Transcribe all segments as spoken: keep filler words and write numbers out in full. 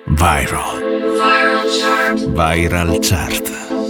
Viral. Viral Chart. Viral Chart.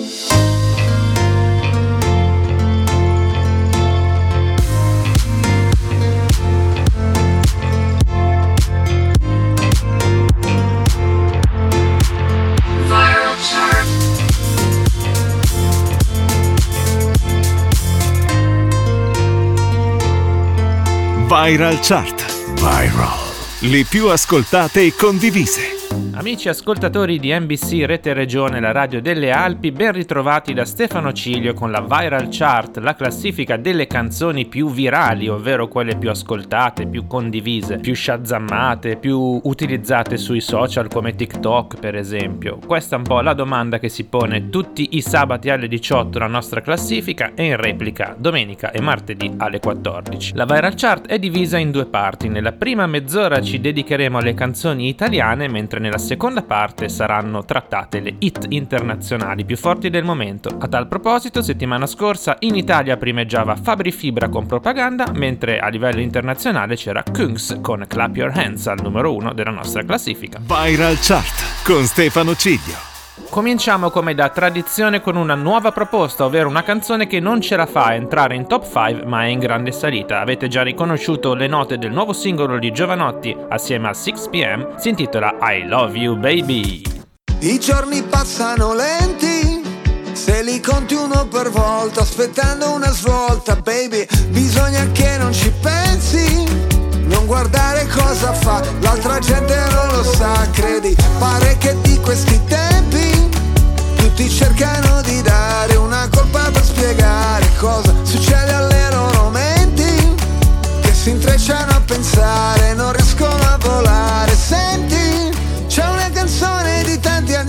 Viral Chart. Viral. Le più ascoltate e condivise. Amici ascoltatori di N B C Rete Regione, la radio delle Alpi, ben ritrovati da Stefano Cilio con la Viral Chart, la classifica delle canzoni più virali, ovvero quelle più ascoltate, più condivise, più shazammate, più utilizzate sui social come TikTok per esempio. Questa è un po' la domanda che si pone tutti i sabati alle diciotto la nostra classifica e in replica domenica e martedì alle quattordici. La Viral Chart è divisa in due parti. Nella prima mezz'ora ci dedicheremo alle canzoni italiane, mentre nella seconda parte saranno trattate le hit internazionali più forti del momento. A tal proposito, settimana scorsa in Italia primeggiava Fabri Fibra con Propaganda, mentre a livello internazionale c'era Kungs con Clap Your Hands al numero uno della nostra classifica. Viral Chart con Stefano Ciglio. Cominciamo come da tradizione con una nuova proposta, ovvero una canzone che non ce la fa a entrare in top cinque ma è in grande salita. Avete già riconosciuto le note del nuovo singolo di Giovanotti assieme a six p m, si intitola I Love You Baby. I giorni passano lenti, se li conti uno per volta, aspettando una svolta, baby, bisogna che non ci pensi, non guardare cosa fa, l'altra gente non lo sa, credi, pare che di questi tempi tutti cercano di dare una colpa per spiegare cosa succede alle loro menti, che si intrecciano a pensare, non riescono a volare. Senti, c'è una canzone di tanti anni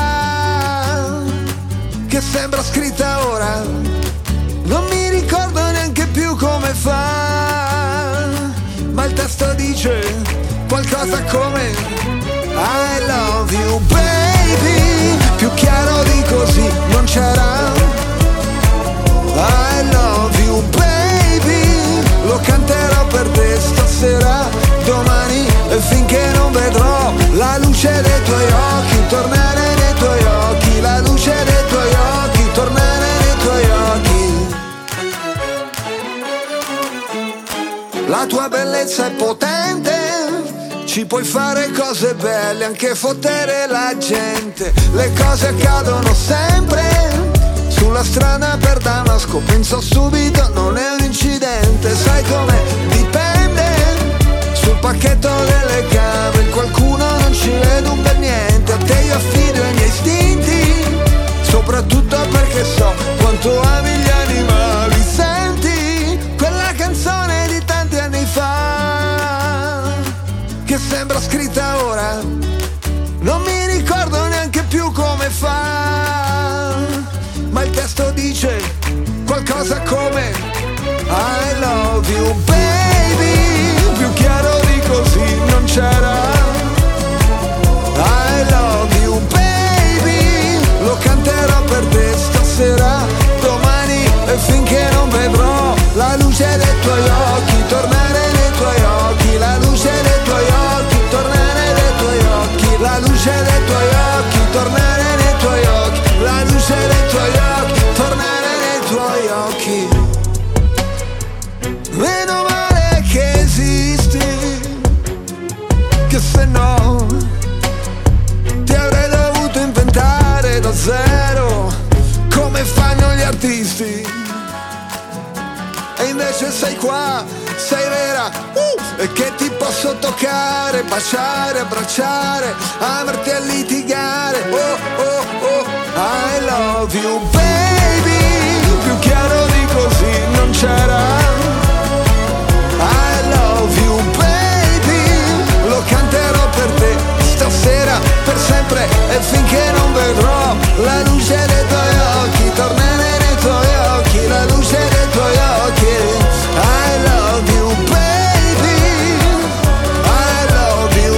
fa che sembra scritta ora, non mi ricordo neanche più come fa, ma il testo dice qualcosa come I love you baby, più chiaro di così non c'era. I love you baby, lo canterò per te stasera, domani e finché non vedrò la luce dei tuoi occhi, tornare nei tuoi occhi, la luce dei tuoi occhi, tornare nei tuoi occhi. La tua bellezza è potente, ci puoi fare cose belle, anche fottere la gente. Le cose accadono sempre sulla strada per Damasco, penso subito non è un incidente. Sai come dipende sul pacchetto delle camere, qualcuno non ci vede un bel niente. A te io affido i miei istinti, soprattutto perché so quanto ami gli animali. Senti, quella canzone di tanti anni fa che sembra scritta ora, non mi ricordo neanche più come fa, ma il testo dice qualcosa come I love you baby, più chiaro di così non c'era. I love you baby, lo canterò per te stasera, domani e finché non vedrò la luce dei tuoi occhi, tornare nei tuoi occhi, la luce dei tuoi occhi, tornare nei tuoi occhi, la luce dei tuoi occhi, tornare nei tuoi occhi, la luce dei tuoi occhi, tornare nei tuoi occhi. Meno male che esisti, che se no ti avrei dovuto inventare da zero, come fanno gli artisti. E invece sei qua, sei vera, uh, e che ti posso toccare, baciare, abbracciare, amarti e litigare. Oh, oh, oh, I love you baby, più chiaro di così non c'era. I love you baby, lo canterò per te stasera, per sempre e finché non vedrò la luce dei tuoi occhi, tornare nei tuoi occhi, la luce dei tuoi occhi. I love you baby, I love you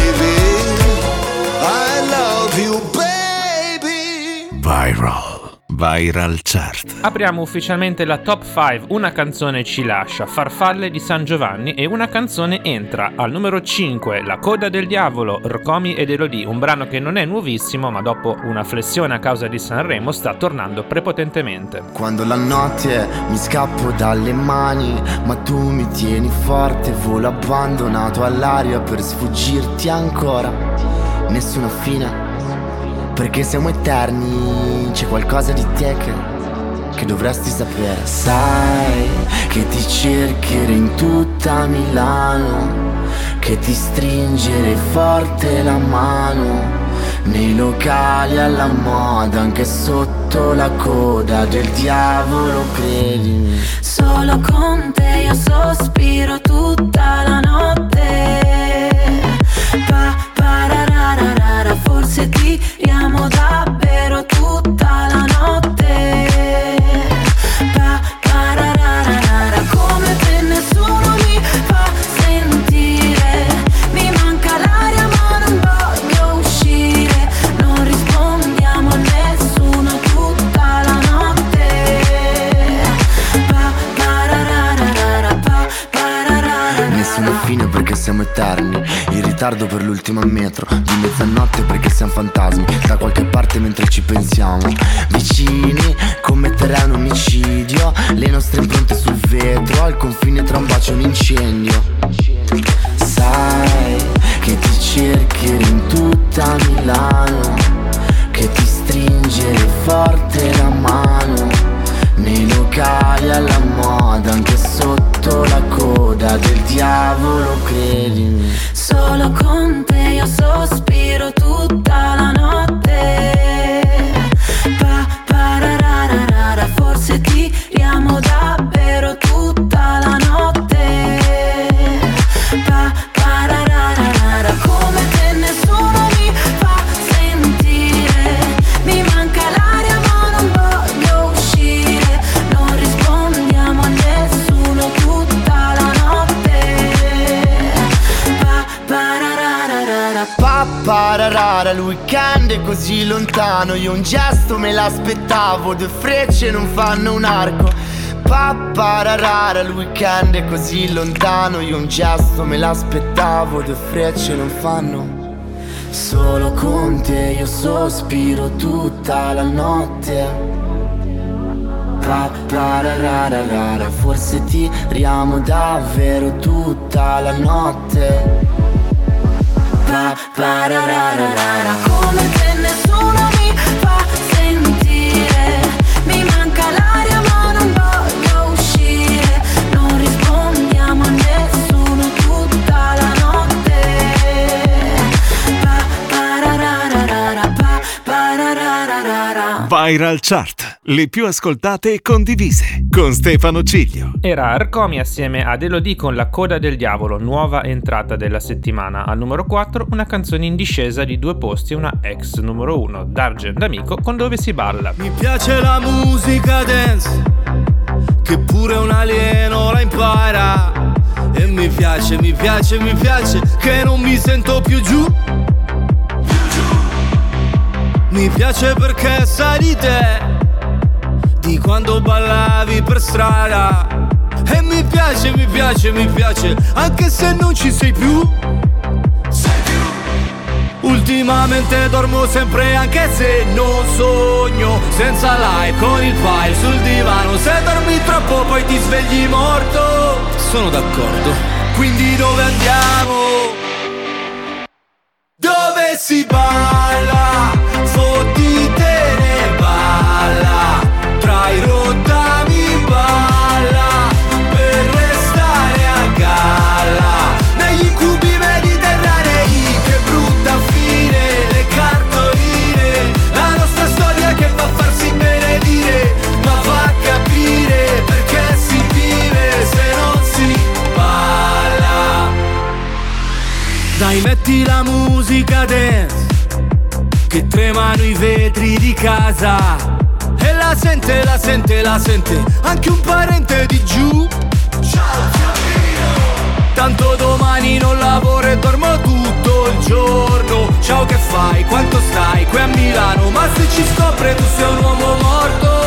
baby, I love you baby. Viral. Viral Chart. Apriamo ufficialmente la top cinque, una canzone ci lascia, Farfalle di San Giovanni, e una canzone entra. Al numero cinque, La coda del diavolo, Rcomi ed Elodie, un brano che non è nuovissimo ma dopo una flessione a causa di Sanremo sta tornando prepotentemente. Quando la notte mi scappo dalle mani, ma tu mi tieni forte, volo abbandonato all'aria per sfuggirti ancora. Nessuna fine, perché siamo eterni, c'è qualcosa di te che, che dovresti sapere. Sai che ti cercherò in tutta Milano, che ti stringere forte la mano, nei locali alla moda, anche sotto la coda del diavolo, credimi. Solo con te io sospiro tutta la notte, pa, parararara, forse tiriamo davvero tutta la notte, pa, parararara, come te nessuno mi fa sentire, mi manca l'aria ma non voglio uscire, non rispondiamo a nessuno tutta la notte, pa, parararara, pa, parararara. Nessuna fine perché siamo eterni, in ritardo per l'ultima metro, di mezzanotte perché siamo fantasmi, da qualche parte mentre ci pensiamo, vicini, commetterei un omicidio, le nostre impronte sul vetro, al confine tra un bacio e un incendio. Sai che ti cercherò in tutta Milano, che ti stringere forte la mano, nei locali alla moda, anche sotto la coda del diavolo, credimi. Solo con te io sospiro tutta la notte, pa, parararara, forse tiriamo davvero tutta la notte, pa, parararara, come te nessuno mi fa sentire, mi manca l'aria ma non voglio uscire, non rispondiamo a nessuno tutta la notte, pa, parararara. Pa, pararara, il weekend è così lontano, io un gesto me l'aspettavo, due frecce non fanno un arco. Pa, pararara, il weekend è così lontano, io un gesto me l'aspettavo, due frecce non fanno. Solo con te io sospiro tutta la notte, pa, pararara, forse tiriamo davvero tutta la notte, pa, pararara, come te nessuno mi fa sentire, mi manca l'aria ma non voglio uscire, non rispondiamo a nessuno tutta la notte, pa, parararara, pa, parararara. Viral Chart, le più ascoltate e condivise, con Stefano Ciglio. Era Rcomi assieme ad Elodie con La coda del diavolo, nuova entrata della settimana. Al numero quattro una canzone in discesa di due posti, una ex numero uno, Dargen D'Amico con Dove si balla. Mi piace la musica dance, che pure un alieno la impara, e mi piace, mi piace, mi piace che non mi sento più giù. Mi piace perché sai di te, di quando ballavi per strada, e mi piace, mi piace, mi piace anche se non ci sei più. Sei più. Ultimamente dormo sempre anche se non sogno, senza like con il file sul divano, se dormi troppo poi ti svegli morto. Sono d'accordo, quindi dove andiamo? Dove si balla? Fottite ne balla, tra i rottami balla, per restare a galla, negli incubi mediterranei, che brutta fine, le cartoline, la nostra storia che fa farsi benedire, ma fa capire perché si vive se non si balla. Dai, metti la musica dance, che tremano i vetri di casa, e la sente, la sente, la sente anche un parente di giù. Ciao Giovino, tanto domani non lavoro e dormo tutto il giorno. Ciao, che fai? Quanto stai? Qui a Milano, ma se ci scopre tu sei un uomo morto.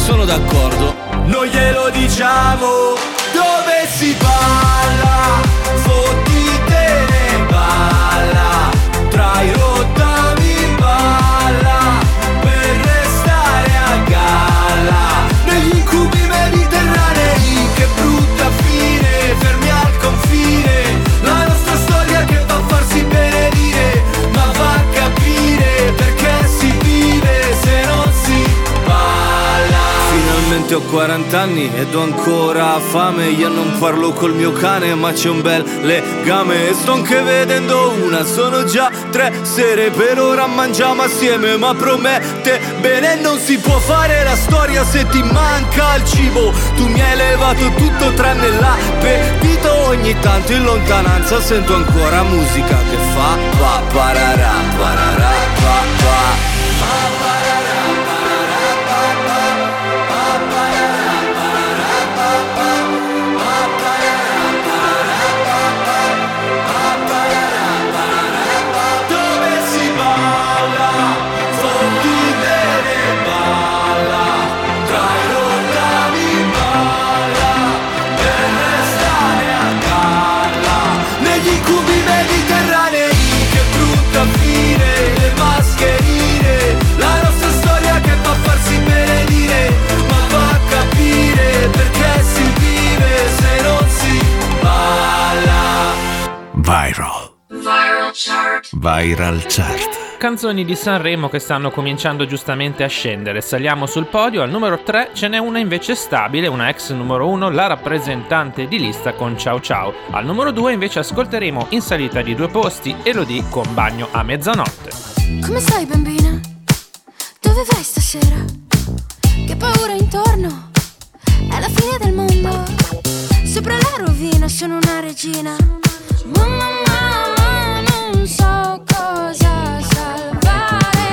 sono d'accordo. Noi glielo diciamo dove si balla, fottitene balla, tra i rottami balla, per restare a galla, negli incubi mediterranei, che brutta fine, fermi al confine, la nostra storia che va a farsi benedire, ma va a capire perché si vive se non si balla. Finalmente ho quaranta anni ed ho ancora fame, io non parlo col mio cane ma c'è un bel legame, e sto anche vedendo una, sono già tre sere, per ora mangiamo assieme ma promette bene. Non si può fare la storia se ti manca il cibo, tu mi hai levato tutto tranne l'appetito, ogni tanto in lontananza sento ancora musica che fa pa pararà pararà pa pa. Viral. Viral chart. Viral chart. Canzoni di Sanremo che stanno cominciando giustamente a scendere. Saliamo sul podio, al numero tre ce n'è una invece stabile, una ex numero uno, la rappresentante di lista con Ciao Ciao. Al numero due invece ascolteremo in salita di due posti Elodie con Bagno a mezzanotte. Come stai bambina? Dove vai stasera? Che paura intorno? È la fine del mondo. Sopra la rovina sono una regina. Mamma mia, non so cosa salvare.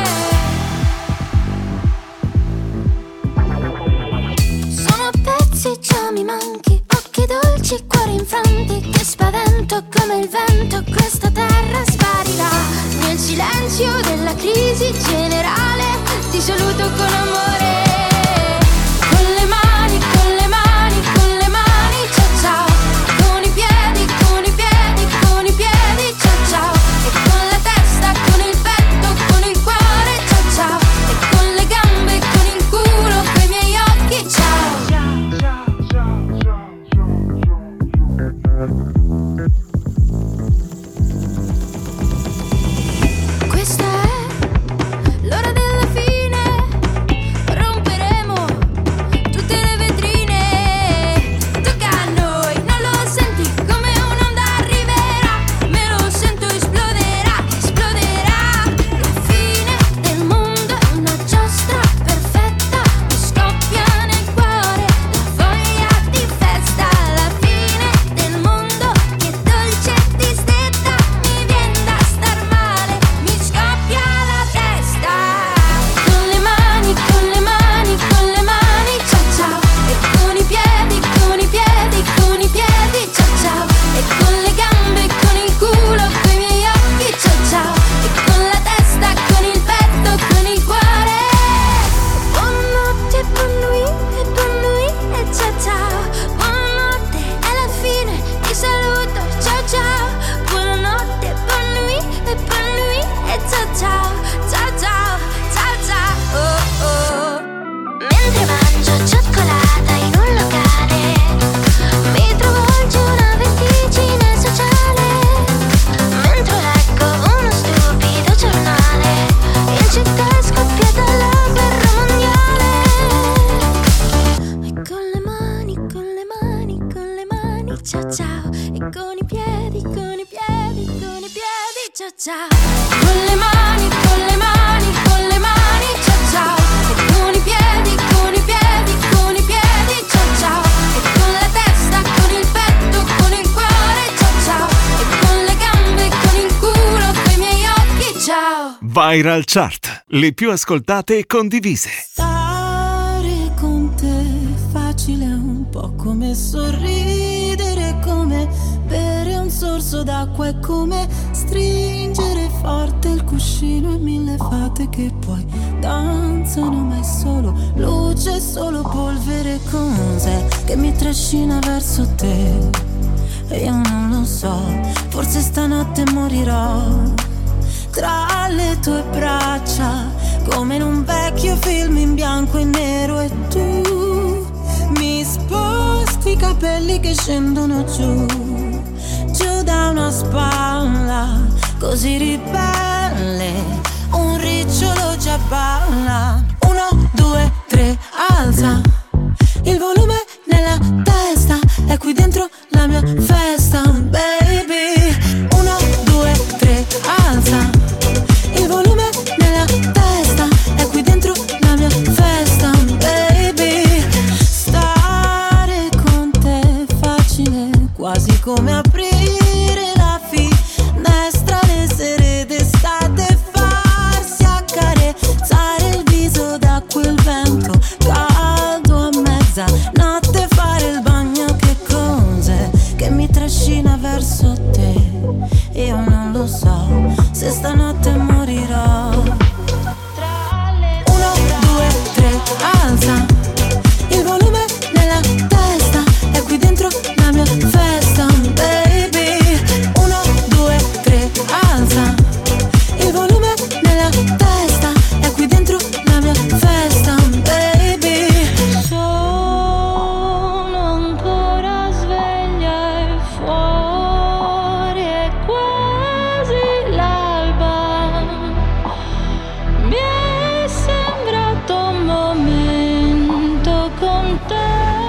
Sono a pezzi, già mi manchi. Occhi dolci, cuori infranti. Che spavento come il vento. Questa terra sparirà. Nel silenzio della crisi generale ti saluto con amore. Con le mani, con le mani, con le mani, ciao ciao. Con i piedi, con i piedi, con i piedi, ciao ciao. E con la testa, con il petto, con il cuore, ciao ciao. E con le gambe, con il culo, coi miei occhi, ciao. Questa è l'ora della fine. Romperemo tutte le vetrine. Tocca a noi, non lo senti come un'onda arriverà. Me lo sento, esploderà, esploderà. La fine del mondo è una giostra perfetta. Mi scoppia nel cuore la voglia di festa. La fine del mondo, che dolce distetta. Mi viene da star male, mi scoppia la testa. Con le mani, con le mani, con le mani, ciao ciao. E con i piedi, con i piedi, con i piedi, ciao ciao. E con le gambe, con il culo, coi miei occhi, ciao ciao. E con la testa, con il petto, con il cuore. Buonanotte, bonne nuit, e bonne nuit, e ciao ciao. Buonanotte, è la fine, ti saluto, ciao ciao. Buonanotte, bonne nuit, e bonne nuit, e ciao ciao. Ciao ciao, ciao ciao, oh oh. Mentre mangio cioccolata in un locale, mi travolge una vertigine sociale. Mentre leggo uno stupido giornale, in città è scoppiata la guerra mondiale. E con le mani, con le mani, con le mani, ciao ciao. E con i piedi, con i piedi, con i piedi, ciao ciao. Con le mani, con le mani, con le mani, ciao ciao. E con i piedi, con i piedi, con i piedi, ciao ciao. E con la testa, con il petto, con il cuore, ciao ciao. E con le gambe, con il culo, coi miei occhi, ciao. Viral chart. Le più ascoltate e condivise. Stare con te facile, un po' come sorridere, come bere un sorso viso d'acqua è come stringere forte il cuscino e mille fate che poi danzano, ma è solo luce, solo polvere. Cos'è che mi trascina verso te? E io non lo so, forse stanotte morirò tra le tue braccia, come in un vecchio film in bianco e nero. E tu mi sposti i capelli che scendono giù, giù da una spalla, così ribelle, un ricciolo già balla. Uno, due, tre, alza il volume nella testa, è qui dentro la mia festa, baby. Uno, due, tre, alza il volume nella testa, è qui dentro la mia festa, baby. Stare con te è facile, quasi come aprire la finestra le sere d'estate, farsi accarezzare il viso da quel vento caldo a mezzanotte, fare il bagno. Che cos'è che mi trascina verso te? Io non lo so, se stanotte morirò. Uno, due, tre, alza il volume nella testa, è qui dentro la mia festa, baby. Uno, due, tre, alza il volume nella testa, è qui dentro la mia festa, baby. Sono ancora sveglia e fuori è quasi l'alba, mi è sembrato un momento con te.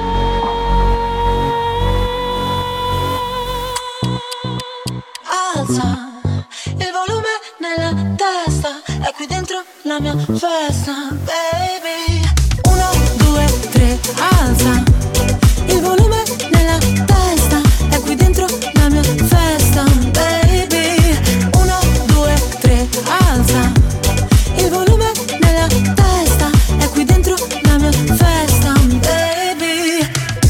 Alza il volume nella testa, è qui dentro la mia festa, baby. Uno, due, tre, alza il volume nella testa, è qui dentro la mia festa, baby. Uno, due, tre, alza il volume nella testa, è qui dentro la mia festa, baby.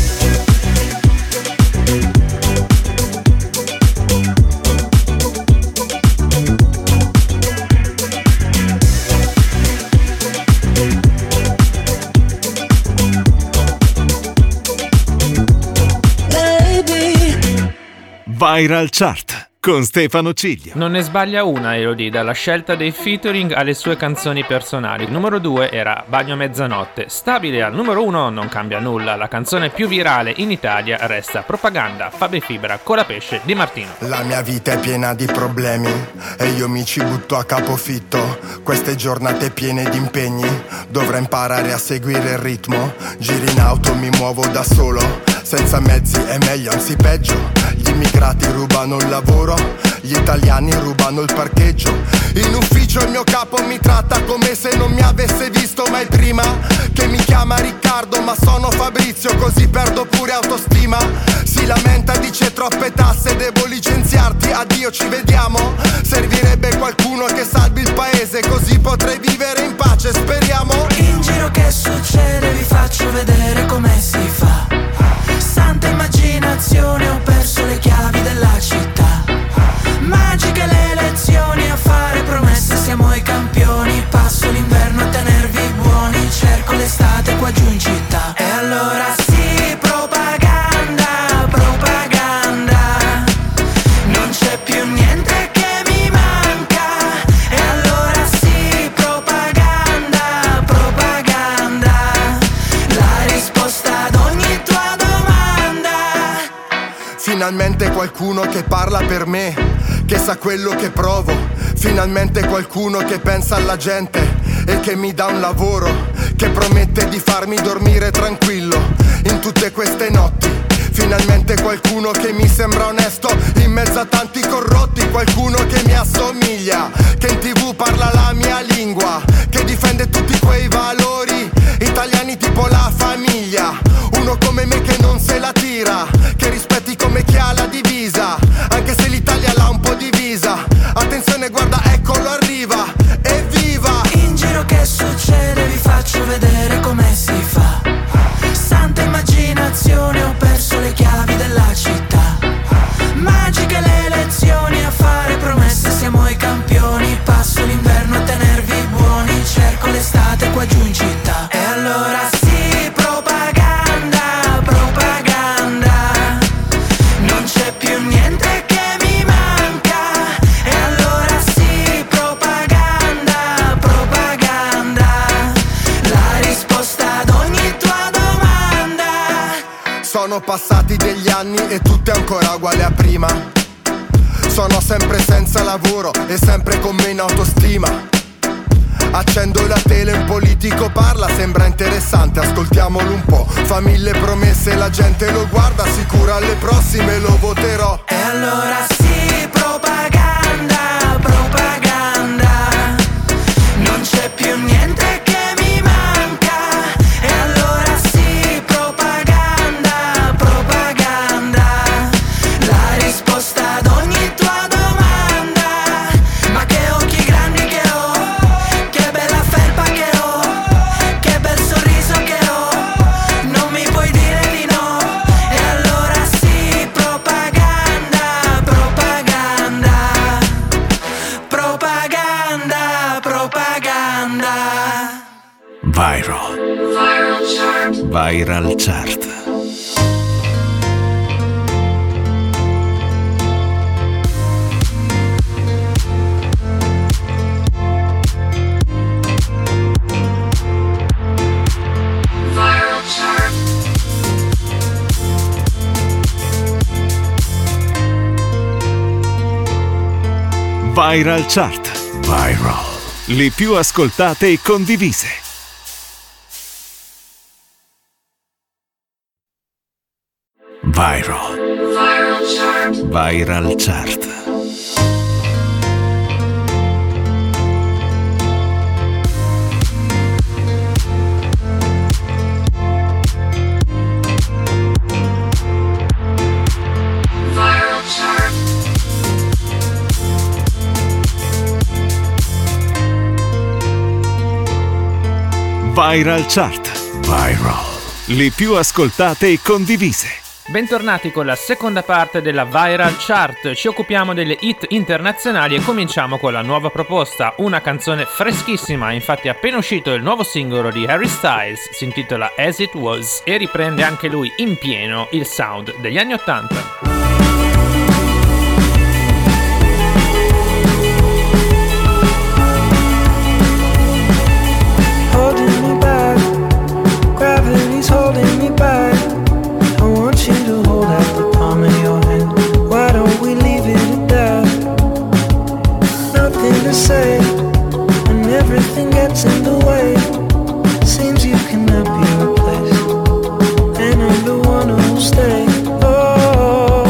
Viral Chart con Stefano Ciglio. Non ne sbaglia una Elodie, dalla scelta dei featuring alle sue canzoni personali. Numero due era Bagno a mezzanotte. Stabile al numero uno non cambia nulla. La canzone più virale in Italia resta Propaganda, Fabri Fibra, Colapesce di Martino. La mia vita è piena di problemi e io mi ci butto a capofitto. Queste giornate piene di impegni, dovrò imparare a seguire il ritmo. Giri in auto, mi muovo da solo, senza mezzi è meglio, anzi peggio. Gli immigrati rubano il lavoro, gli italiani rubano il parcheggio. In ufficio il mio capo mi tratta come se non mi avesse visto mai prima. Che mi chiama Riccardo ma sono Fabrizio, così perdo pure autostima. Si lamenta, dice troppe tasse, devo licenziarti, addio ci vediamo. Servirebbe qualcuno che salvi il paese, così potrei vivere in pace, speriamo. In giro che succede, vi faccio vedere come si fa. Santa immaginazione, ho perso le chiavi della città. Magiche le elezioni, a fare promesse siamo i campioni. Passo l'inverno a tenervi buoni, cerco l'estate qua giù in città. E allora sì, propaganda, propaganda, non c'è più niente che mi manca. E allora sì, propaganda, propaganda, la risposta ad ogni tua domanda. Finalmente qualcuno che parla per me, che sa quello che provo. Finalmente qualcuno che pensa alla gente e che mi dà un lavoro, che promette di farmi dormire tranquillo in tutte queste notti. Finalmente qualcuno che mi sembra onesto in mezzo a tanti corrotti. Qualcuno che mi assomiglia, che in tv parla la mia lingua, che difende tutti quei valori italiani tipo la famiglia. Uno come me che non se la tira, che rispetti come chi ha la divisa, anche se l'Italia l'ha un po' divisa. Attenzione, guarda, eccolo arriva, evviva! In giro che succede, vi faccio vedere come si fa. Santa immaginazione, ho perso le chiavi della città. Magiche le elezioni, Sono passati degli anni e tutto è ancora uguale a prima. Sono sempre senza lavoro e sempre con meno autostima. Accendo la tele, un politico parla, sembra interessante, ascoltiamolo un po'. Fa mille promesse, la gente lo guarda, sicura alle prossime lo voterò. E allora sì, propaganda, propaganda, non c'è più niente che mi manca. E allora sì, propaganda, propaganda, la risposta ad ogni tua domanda. Ma che occhi grandi che ho, che bella felpa che ho, che bel sorriso che ho, non mi puoi dire di no. E allora sì, propaganda, propaganda, propaganda, propaganda. Viral. Viral chart. Viral chart. Viral chart. Viral chart. Viral. Le più ascoltate e condivise. Viral. Viral chart. Viral chart. Viral chart. Viral chart. Viral. Le più ascoltate e condivise. Bentornati con la seconda parte della Viral Chart. Ci occupiamo delle hit internazionali e cominciamo con la nuova proposta, una canzone freschissima, infatti è appena uscito il nuovo singolo di Harry Styles, si intitola As It Was e riprende anche lui in pieno il sound degli anni ottanta. Holding me back, gravity's holding me back. I want you to hold out the palm of your hand. Why don't we leave it at that? Nothing to say, and everything gets in the way. Seems you cannot be replaced, and I'm the one who'll stay. Oh,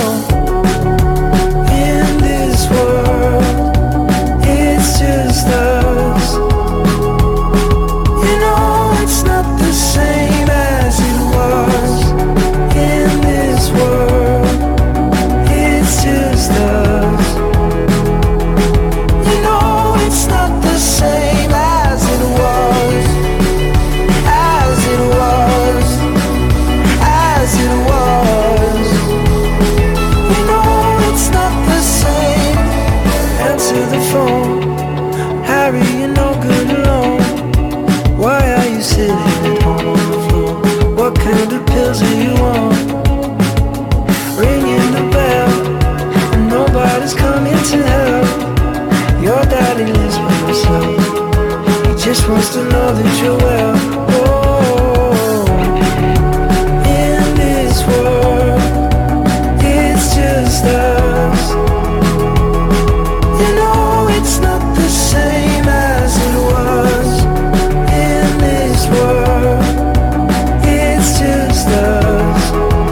in this world, it's just us. You know it's not the same as it was. In this world, it's just us. You know it's not the same as it was. As it was. As it was. You know it's not the same. Answer the phone, Harry, you're no good alone. Why are you sitting at home on the floor? What kind of pills are you on? Ringing the bell, and nobody's coming to help. Your daddy lives by himself. He just wants to know that you're well. Oh, in this world, it's just us. You know it's not the same as it was. In this world, it's just us.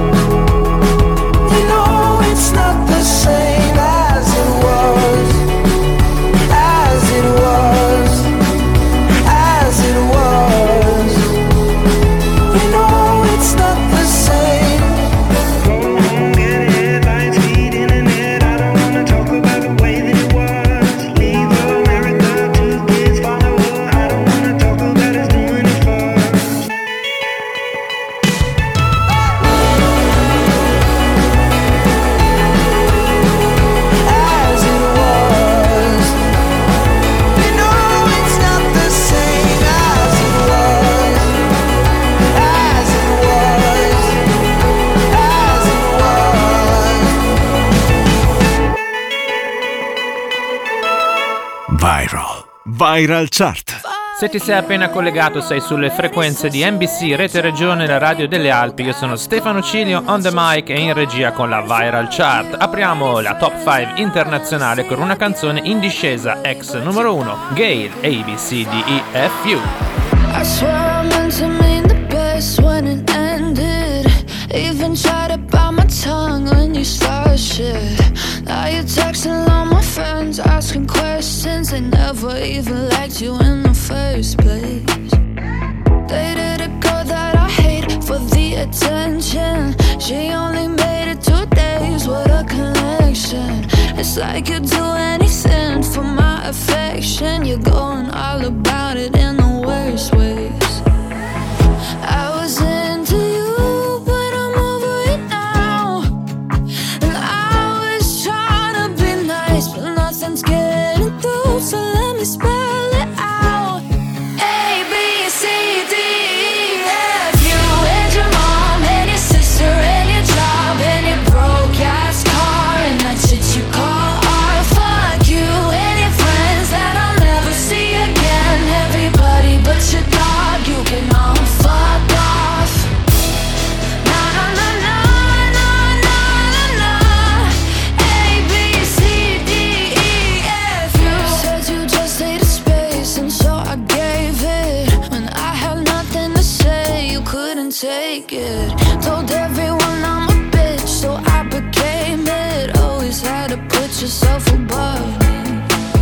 You know it's not the same as it was. As it was. As it was. You know it's not the same. Go home, get headlines, feed internet. I don't wanna talk about the way that it was. Leave America, two kids follow her. I don't wanna talk about us doing it first. As it was. You know it's not the same as it was. As it was. As it was. Viral. Viral chart. Se ti sei appena collegato, sei sulle frequenze di N B C Rete Regione, la radio delle Alpi. Io sono Stefano Cilio, on the mic e in regia con la Viral Chart. Apriamo la top cinque internazionale con una canzone in discesa, ex numero uno, Gayle, A B C D E F U. I swear I meant to mean the best when it ended. Even tried to bite my tongue when you started shit. Now you're texting all my friends, asking questions. They never even liked you in the first place. Dated a girl that I hate for the attention. She only made it two days with a connection. It's like you'd do anything for my affection. You're going all about it in the worst ways. I was into you, but I'm over it now. And I was trying to be nice, but nothing's getting through, so let me spell it out. A, B, C, D, E, F, you and your mom and your sister and your job and your broke ass car and that shit you call art. Fuck you and your friends that I'll never see again. Everybody but your dog, you can all fuck off. Na na na na na na na na. A, B, C, D, E, F, you said you just needed space, and so I gave it. When I had nothing to say, you couldn't take it. Told everyone I'm a bitch, so I became it. Always had to put yourself above me.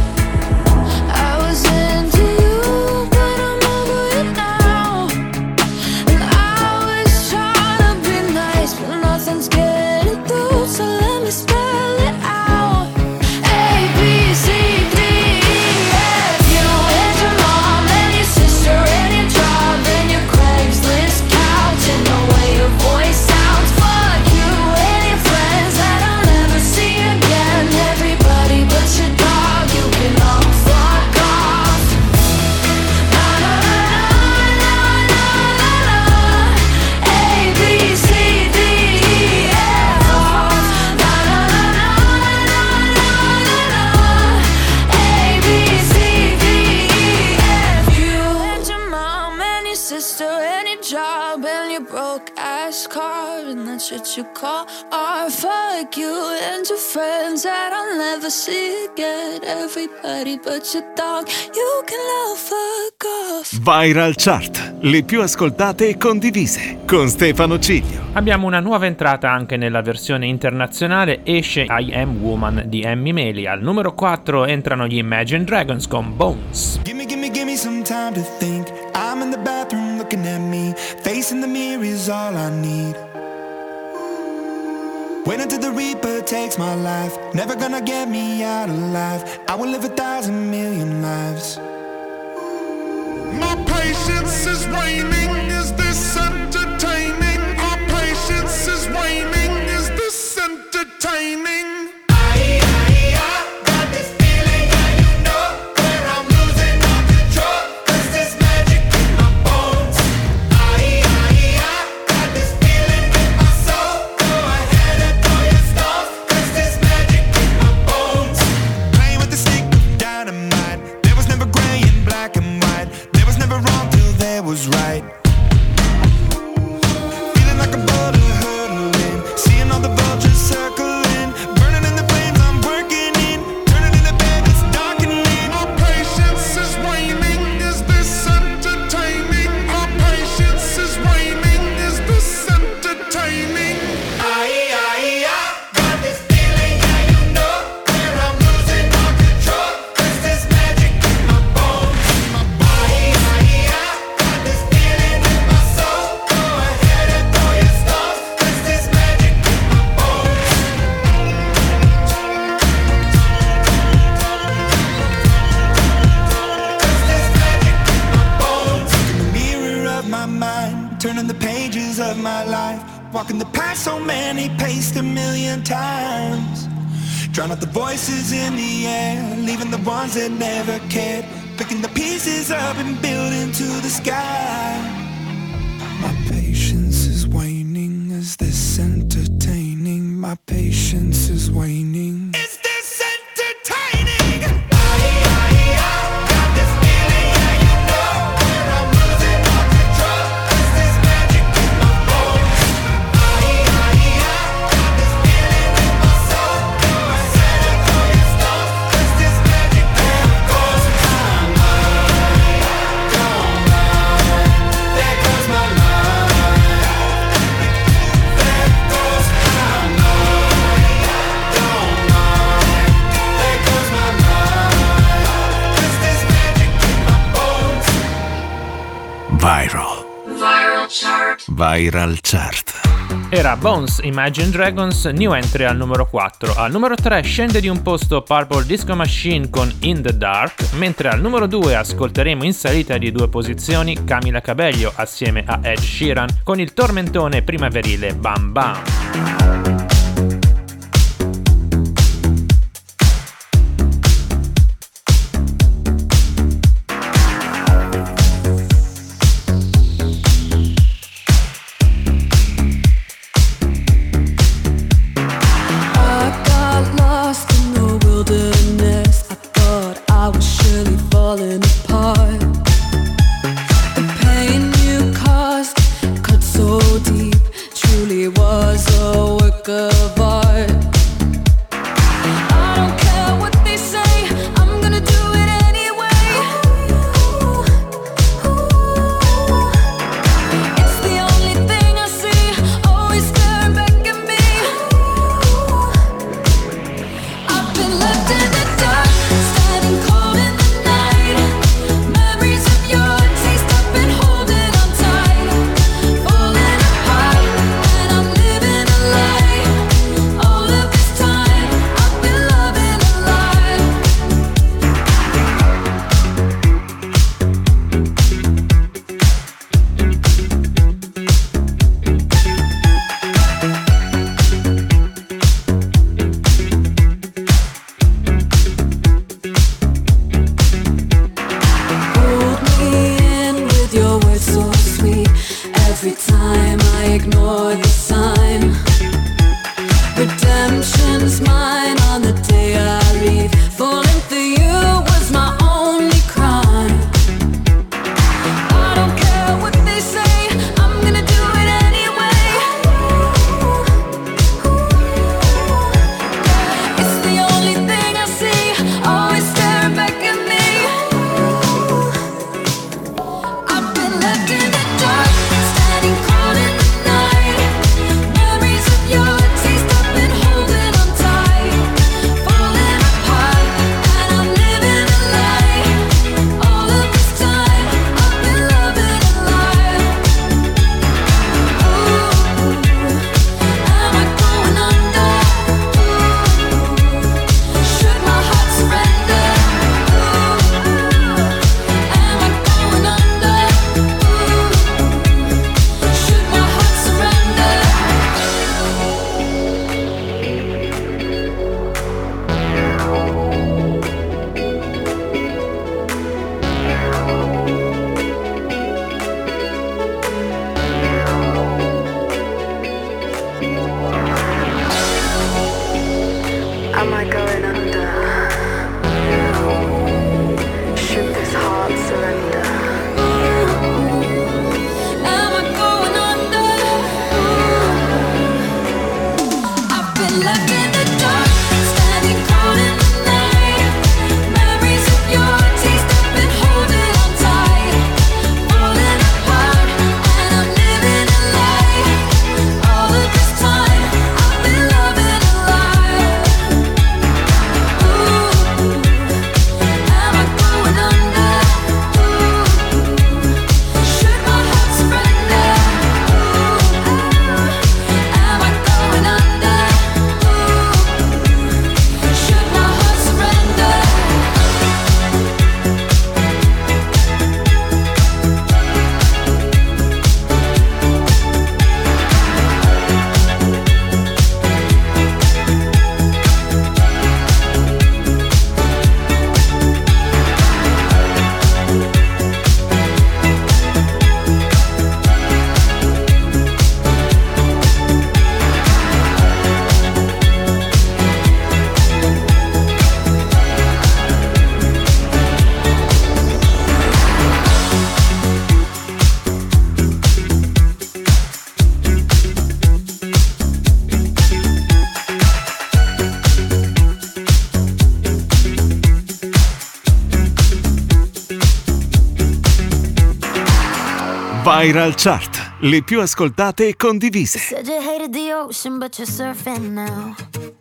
I was into you, but I'm over it now. And I was trying to be nice, but nothing's getting through, so let me spell it out. A, B, C, D, E, F, you and your mom and your sister and your job and your Craigslist couch and the way your voice sounds. Fuck you and your friends that I'll never see again. Everybody but your dog, you can all fuck off. Na na na na na na na. A, B, C, D, E, F, off. Na na na na na na na. A, B, C, D, E, F, you and your mom and your sister and your job and your broke ass car and that shit you call art. Fuck you and your friends that I'll never see again. Everybody but your dog, you can all fuck off. Viral Chart, le più ascoltate e condivise, con Stefano Cilio. Abbiamo una nuova entrata anche nella versione internazionale, esce I Am Woman di Emmy Meli. Al numero quattro entrano gli Imagine Dragons con Bones. Gimme, gimme, gimme some time to think. I'm in the bathroom looking at me. Facing the mirror is all I need. Wait until the Reaper takes my life. Never gonna get me out alive. I will live a thousand million lives. My patience is waning, is this entertaining? My patience is waning, is this entertaining? Was right. Feeling like a boulder hurtling, seeing all the vultures circling, burning in the flames I'm working in, turning in the bed it's darkening. My patience is waning, is this entertaining? My patience is waning, is this entertaining? I, I, I got this feeling, yeah you know, where I'm losing all control, 'cause there's magic in my bones, in my body. I, I, I turning the pages of my life, walking the path so many paced a million times, drown out the voices in the air, leaving the ones that never cared, picking the pieces up and building to the sky. My patience is waning, is this entertaining? My patience is waning. Is this entertaining? I, I, I got this feeling, yeah you know. Viral. Viral Chart. Viral Chart. Era Bones, Imagine Dragons, new entry al numero quattro. Al numero tre scende di un posto Purple Disco Machine con In the Dark, mentre al numero due ascolteremo in salita di due posizioni Camila Cabello assieme a Ed Sheeran con il tormentone primaverile Bam Bam. Viral Chart, le più ascoltate e condivise. Said you hated the ocean, but you're surfing now.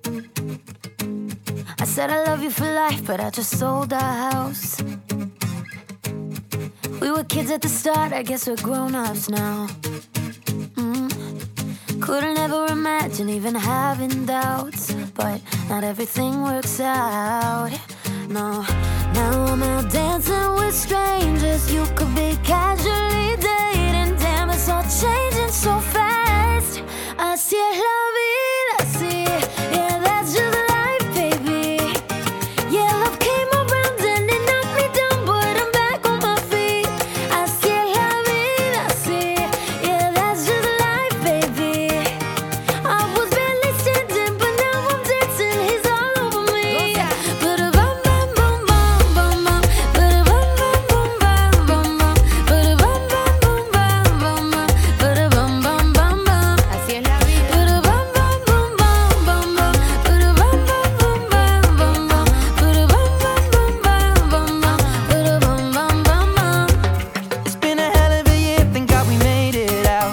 I said I love you for life, but I just sold our house. We We were kids at the start, I guess we're grown-ups now. mm. Couldn't ever imagine even having doubts, but not everything works out. No, now I'm out dancing with strangers. You could be casually dating. Damn, it's all changing so fast. Así es la vida, sí. Yeah, that's just life, baby. Yeah, love came around and it knocked me down, but I'm back on my feet. Así es la vida, sí. Yeah, that's just life, baby. I was barely standing, but now I'm dancing. He's all over me. Ba-da-bum, bum, bum, bum, bum, bum. Ba-da-bum, bum, bum, bum, bum, bum. Ba-da-bum, bum, bum, bum, bum, bum. Ba-da-bum, bum, bum, bum. Así es la vida. Ba-da-bum, bum, bum, bum, bum, bum. Ba-da-bum, bum, bum, bum, bum, bum. Ba-da-bum, bum, bum, bum, bum, bum. Ba-da-bum, bum, bum, bum. It's been a hell of a year, thank God we made it out.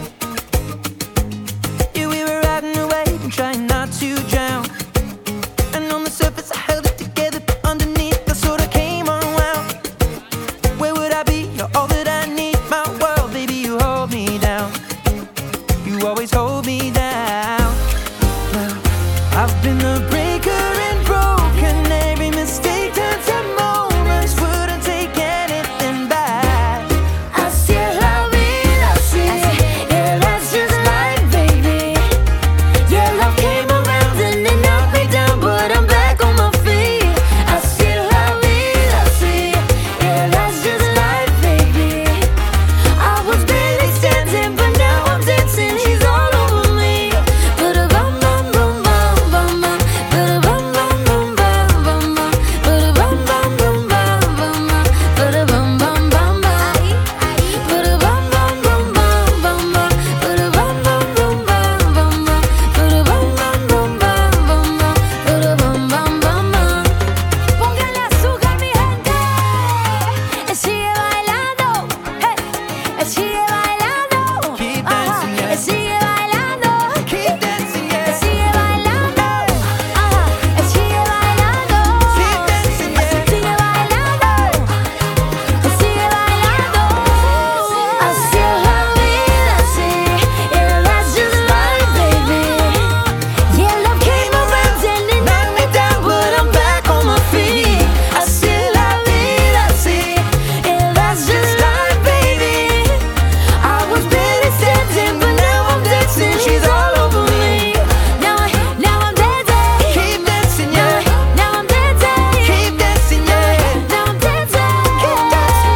Yeah, we were riding away and trying not to drown. And on the surface I held it together, but underneath I sort of came unwound. Where would I be? You're all that I need. My world, baby, you hold me down. You always hold me down. Well, I've been the breaker and broken. Every mistake turns to moments. Wouldn't take anything back. Así es la vida, sí. Yeah, that's just life, baby. Yeah, love came around and it knocked me down, but I'm back on my feet. Así es la vida, sí. Yeah, that's just life, baby. I was barely standing, but now I'm dancing. He's all over me. Ba-da-bum, bum, bum, bum, bum, bum. Ba-da-bum, bum, bum, bum, bum, bum. Ba-da-bum, bum, bum, bum, bum, bum. Ba-da-bum, bum, bum, bum. Ba-da-bum, bum, bum, bum, bum, bum. Ba-da-bum, bum, bum, bum, bum, bum. Ba-da-bum, bum, bum, bum, bum, bum. Ba-da-bum, bum, bum, bum. Póngale azúcar, mi gente. Y sigue bailando. Hey. Y sigue bailando. Keep Ajá. dancing, yeah. Y sigue bailando. Keep dancing, Y yeah. sigue bailando. Ajá. Y sigue bailando. Keep dancing, yeah. Sigue bailando. Y sigue bailando. Así es la vida, sí. Yeah, that's just life, baby. Yeah, love came around and it knocked me down, but I'm back on my feet. Así es la vida, sí. Yeah, that's just life, baby. I was barely standing, but now I'm dancing. She's all over me. Now, I, now I'm dancing. Keep dancing, yeah. Now I'm dancing. Keep dancing, yeah. Now I'm dancing. Keep dancing,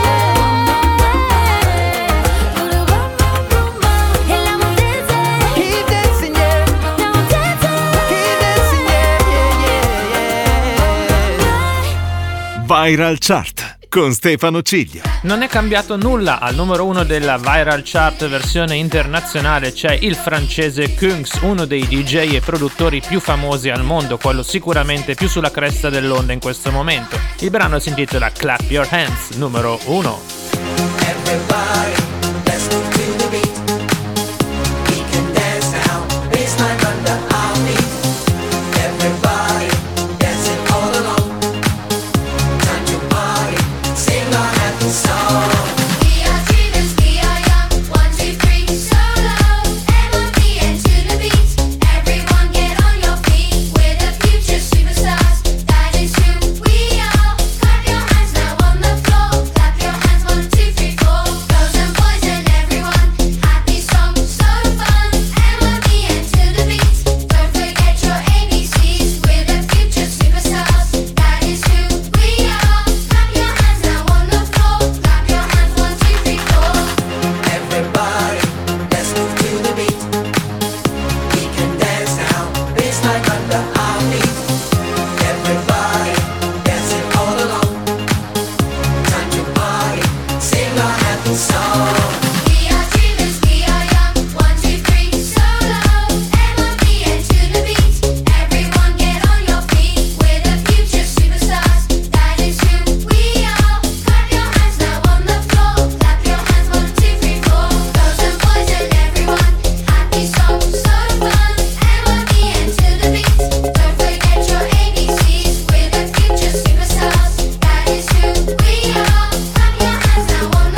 yeah. And now I'm dancing. Keep dancing, yeah. Now I'm dancing. Keep dancing, yeah, yeah, yeah, yeah. Viral Chart con Stefano Ciglio. Non è cambiato nulla, al numero uno della Viral Chart versione internazionale c'è il francese Kungs, uno dei D J e produttori più famosi al mondo, quello sicuramente più sulla cresta dell'onda in questo momento. Il brano si intitola Clap Your Hands, numero uno. Everybody, let's move to the beat. We can dance now, baseline under our feet. Everybody, dancing all along. Time to party, sing our happy song. We are dreamers, we are young. One, two, three, solo. M O P and to the beat. Everyone get on your feet. We're the future superstars. That is who we are. Clap your hands now on the floor. Clap your hands, one, two, three, four. Girls and boys and everyone. Happy song, so fun. M O P and to the beat. Don't forget your A B Cs. We're the future superstars. That is who we are. Clap your hands now on the floor. Clap your hands, one, two, three, four. Everybody, let's move to the beat. We can dance now, baseline under our feet. Everybody, dancing all along. Time to party, sing our happy song. We are dreamers, we are young. One, two, three, solo. M O P and to the beat. Everyone get on your feet. We're the future superstars. That is who we are. Clap your hands now on the floor. Clap your hands, one, two, three, four. Girls and boys and everyone. Happy song, so fun. M O P and to the beat. Don't forget your A B Cs. We're the future superstars. That is who we are. Clap your hands now on the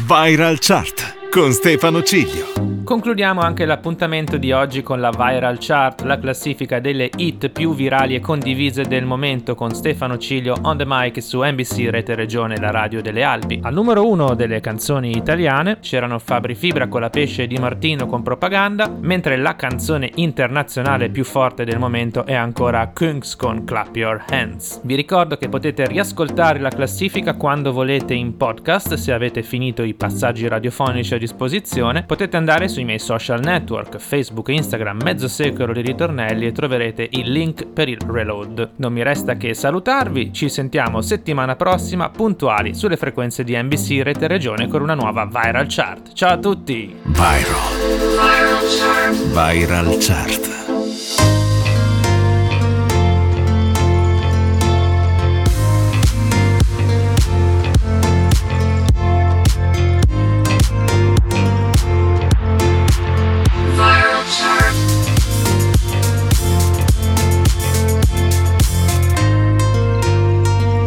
Viral Chart con Stefano Ciglio. Concludiamo anche l'appuntamento di oggi con la Viral Chart, la classifica delle hit più virali e condivise del momento, con Stefano Ciglio on the mic su N B C Rete Regione, la radio delle Alpi. Al numero uno delle canzoni italiane c'erano Fabri Fibra con La Pesce Di Martino con Propaganda, mentre la canzone internazionale più forte del momento è ancora Kungs con Clap Your Hands. Vi ricordo che potete riascoltare la classifica quando volete in podcast. Se avete finito i passaggi radiofonici a disposizione, potete andare sui miei social network, Facebook e Instagram, mezzo secolo di ritornelli, e troverete il link per il reload. Non mi resta che salutarvi, ci sentiamo settimana prossima puntuali sulle frequenze di N B C Rete Regione con una nuova Viral Chart. Ciao a tutti! Viral. Viral Chart. Viral Chart.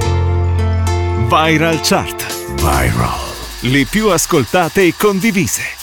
Viral Chart. Viral. Le più ascoltate e condivise.